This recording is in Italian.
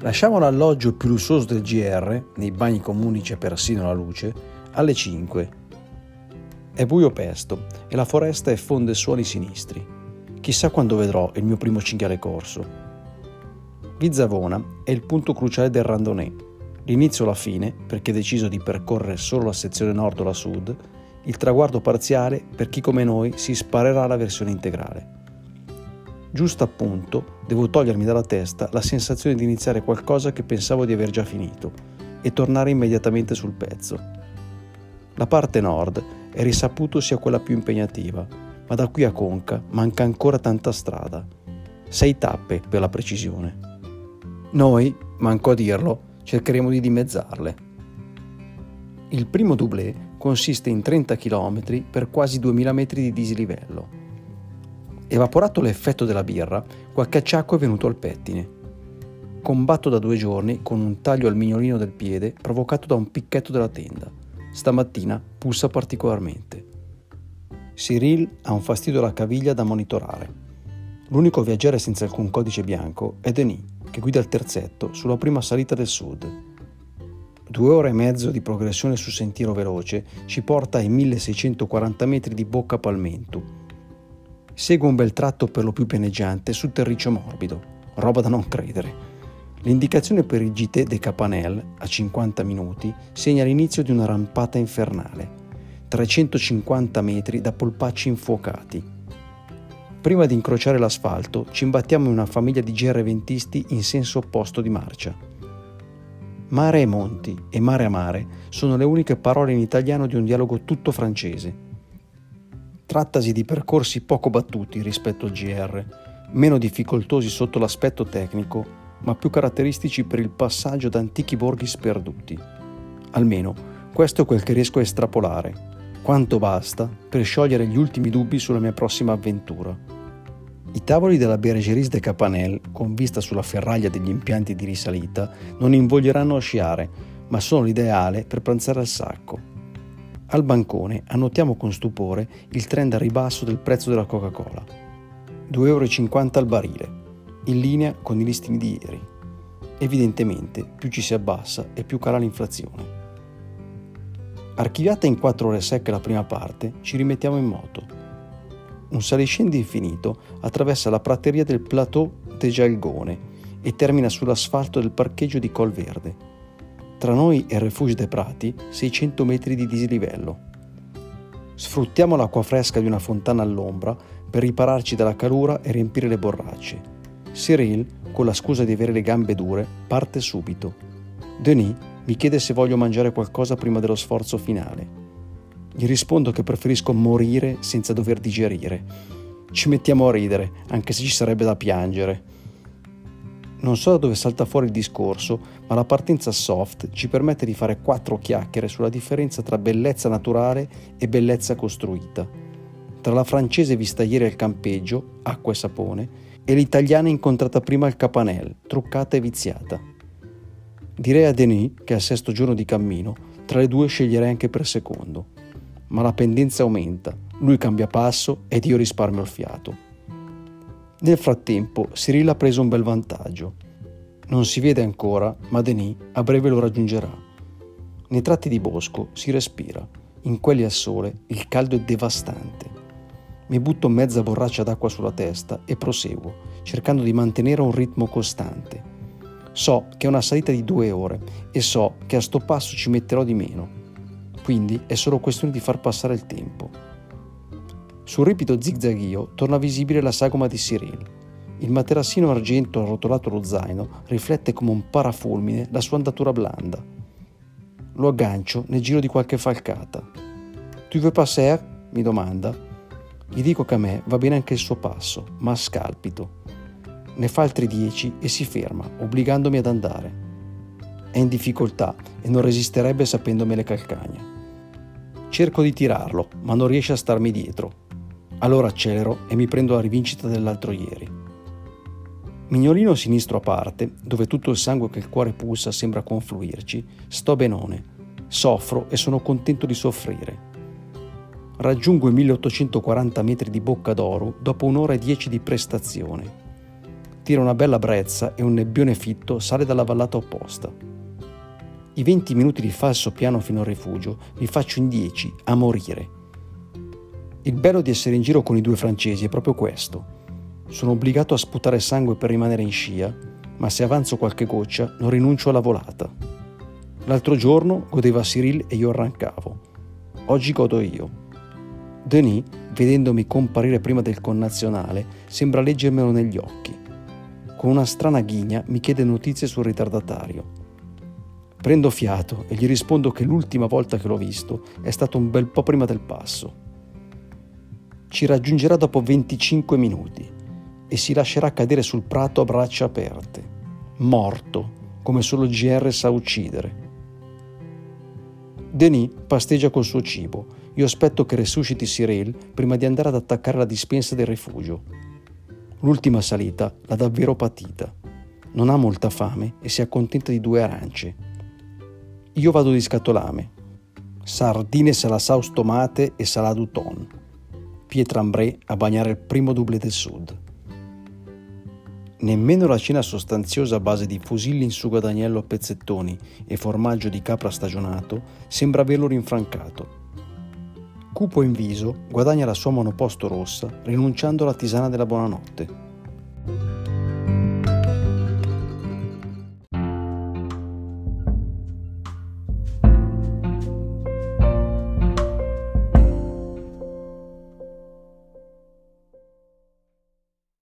Lasciamo l'alloggio più lussuoso del GR, nei bagni comuni c'è persino la luce, alle 5. È buio pesto e la foresta effonde suoni sinistri. Chissà quando vedrò il mio primo cinghiale corso. Vizzavona è il punto cruciale del randonnée. L'inizio o la fine, per chi ha deciso di percorrere solo la sezione nord o la sud, il traguardo parziale per chi come noi si sparerà la versione integrale. Giusto appunto, devo togliermi dalla testa la sensazione di iniziare qualcosa che pensavo di aver già finito e tornare immediatamente sul pezzo. La parte nord è risaputo sia quella più impegnativa, ma da qui a Conca manca ancora tanta strada. 6 tappe per la precisione. Noi, manco a dirlo, cercheremo di dimezzarle. Il primo doublé consiste in 30 km per quasi 2000 metri di dislivello. Evaporato l'effetto della birra, qualche acciacco è venuto al pettine. Combatto da 2 giorni con un taglio al mignolino del piede provocato da un picchetto della tenda. Stamattina pulsa particolarmente. Cyril ha un fastidio alla caviglia da monitorare. L'unico viaggiere senza alcun codice bianco è Denis, che guida il terzetto sulla prima salita del sud. 2 ore e mezzo di progressione su sentiero veloce ci porta ai 1640 metri di Bocca Palmentu. Segue un bel tratto per lo più pianeggiante su terriccio morbido, roba da non credere. L'indicazione per il GT de Capanel, a 50 minuti, segna l'inizio di una rampata infernale. 350 metri da polpacci infuocati. Prima di incrociare l'asfalto ci imbattiamo in una famiglia di GR20isti in senso opposto di marcia. Mare e monti e mare a mare sono le uniche parole in italiano di un dialogo tutto francese. Trattasi di percorsi poco battuti rispetto al GR, meno difficoltosi sotto l'aspetto tecnico, ma più caratteristici per il passaggio da antichi borghi sperduti. Almeno questo è quel che riesco a estrapolare. Quanto basta per sciogliere gli ultimi dubbi sulla mia prossima avventura. I tavoli della Bergerie de Capanel, con vista sulla ferraglia degli impianti di risalita, non invoglieranno a sciare, ma sono l'ideale per pranzare al sacco. Al bancone annotiamo con stupore il trend a ribasso del prezzo della Coca-Cola. 2,50 € al barile, in linea con i listini di ieri. Evidentemente, più ci si abbassa e più cala l'inflazione. Archiviata in 4 ore secche la prima parte, ci rimettiamo in moto. Un saliscendi infinito attraversa la prateria del Plateau de Jalgone e termina sull'asfalto del parcheggio di Col Verde. Tra noi e il Refuge des Prati, 600 metri di dislivello. Sfruttiamo l'acqua fresca di una fontana all'ombra per ripararci dalla calura e riempire le borracce. Cyril, con la scusa di avere le gambe dure, parte subito. Denis mi chiede se voglio mangiare qualcosa prima dello sforzo finale. Gli rispondo che preferisco morire senza dover digerire. Ci mettiamo a ridere, anche se ci sarebbe da piangere. Non so da dove salta fuori il discorso, ma la partenza soft ci permette di fare 4 chiacchiere sulla differenza tra bellezza naturale e bellezza costruita, tra la francese vista ieri al campeggio, acqua e sapone, e l'italiana incontrata prima al Capanel, truccata e viziata. Direi a Denis che al 6° giorno di cammino, tra le 2 sceglierei anche per secondo. Ma la pendenza aumenta, lui cambia passo ed io risparmio il fiato. Nel frattempo Cyril ha preso un bel vantaggio. Non si vede ancora, ma Denis a breve lo raggiungerà. Nei tratti di bosco si respira, in quelli al sole il caldo è devastante. Mi butto mezza borraccia d'acqua sulla testa e proseguo, cercando di mantenere un ritmo costante. So che è una salita di 2 ore e so che a sto passo ci metterò di meno. Quindi è solo questione di far passare il tempo. Sul ripido zigzaghio torna visibile la sagoma di Cyril. Il materassino argento arrotolato allo zaino riflette come un parafulmine la sua andatura blanda. Lo aggancio nel giro di qualche falcata. Tu veux passer? Mi domanda. Gli dico che a me va bene anche il suo passo, ma a scalpito. Ne fa altri 10 e si ferma, obbligandomi ad andare. È in difficoltà e non resisterebbe sapendomi le calcagna. Cerco di tirarlo, ma non riesce a starmi dietro. Allora accelero e mi prendo la rivincita dell'altro ieri. Mignolino sinistro a parte, dove tutto il sangue che il cuore pulsa sembra confluirci, sto benone. Soffro e sono contento di soffrire. Raggiungo i 1840 metri di Bocca d'Oro dopo 1 ora e 10 di prestazione. Tira una bella brezza e un nebbione fitto sale dalla vallata opposta. I 20 minuti di falso piano fino al rifugio li faccio in 10, a morire. Il bello di essere in giro con i due francesi è proprio questo. Sono obbligato a sputare sangue per rimanere in scia, ma se avanzo qualche goccia non rinuncio alla volata. L'altro giorno godeva Cyril e io arrancavo. Oggi godo io. Denis, vedendomi comparire prima del connazionale, sembra leggermelo negli occhi. Con una strana ghigna mi chiede notizie sul ritardatario. Prendo fiato e gli rispondo che l'ultima volta che l'ho visto è stato un bel po' prima del passo. Ci raggiungerà dopo 25 minuti e si lascerà cadere sul prato a braccia aperte. Morto, come solo il GR sa uccidere. Denis pasteggia col suo cibo. Io aspetto che resusciti Cyril prima di andare ad attaccare la dispensa del rifugio. L'ultima salita l'ha davvero patita. Non ha molta fame e si accontenta di 2 arance. Io vado di scatolame. Sardine alla sauce tomate e salade au thon. Pietrambré a bagnare il primo doublé del sud. Nemmeno la cena sostanziosa a base di fusilli in sugo d'agnello a pezzettoni e formaggio di capra stagionato sembra averlo rinfrancato. Cupo in viso, guadagna la sua monoposto rossa rinunciando alla tisana della buonanotte.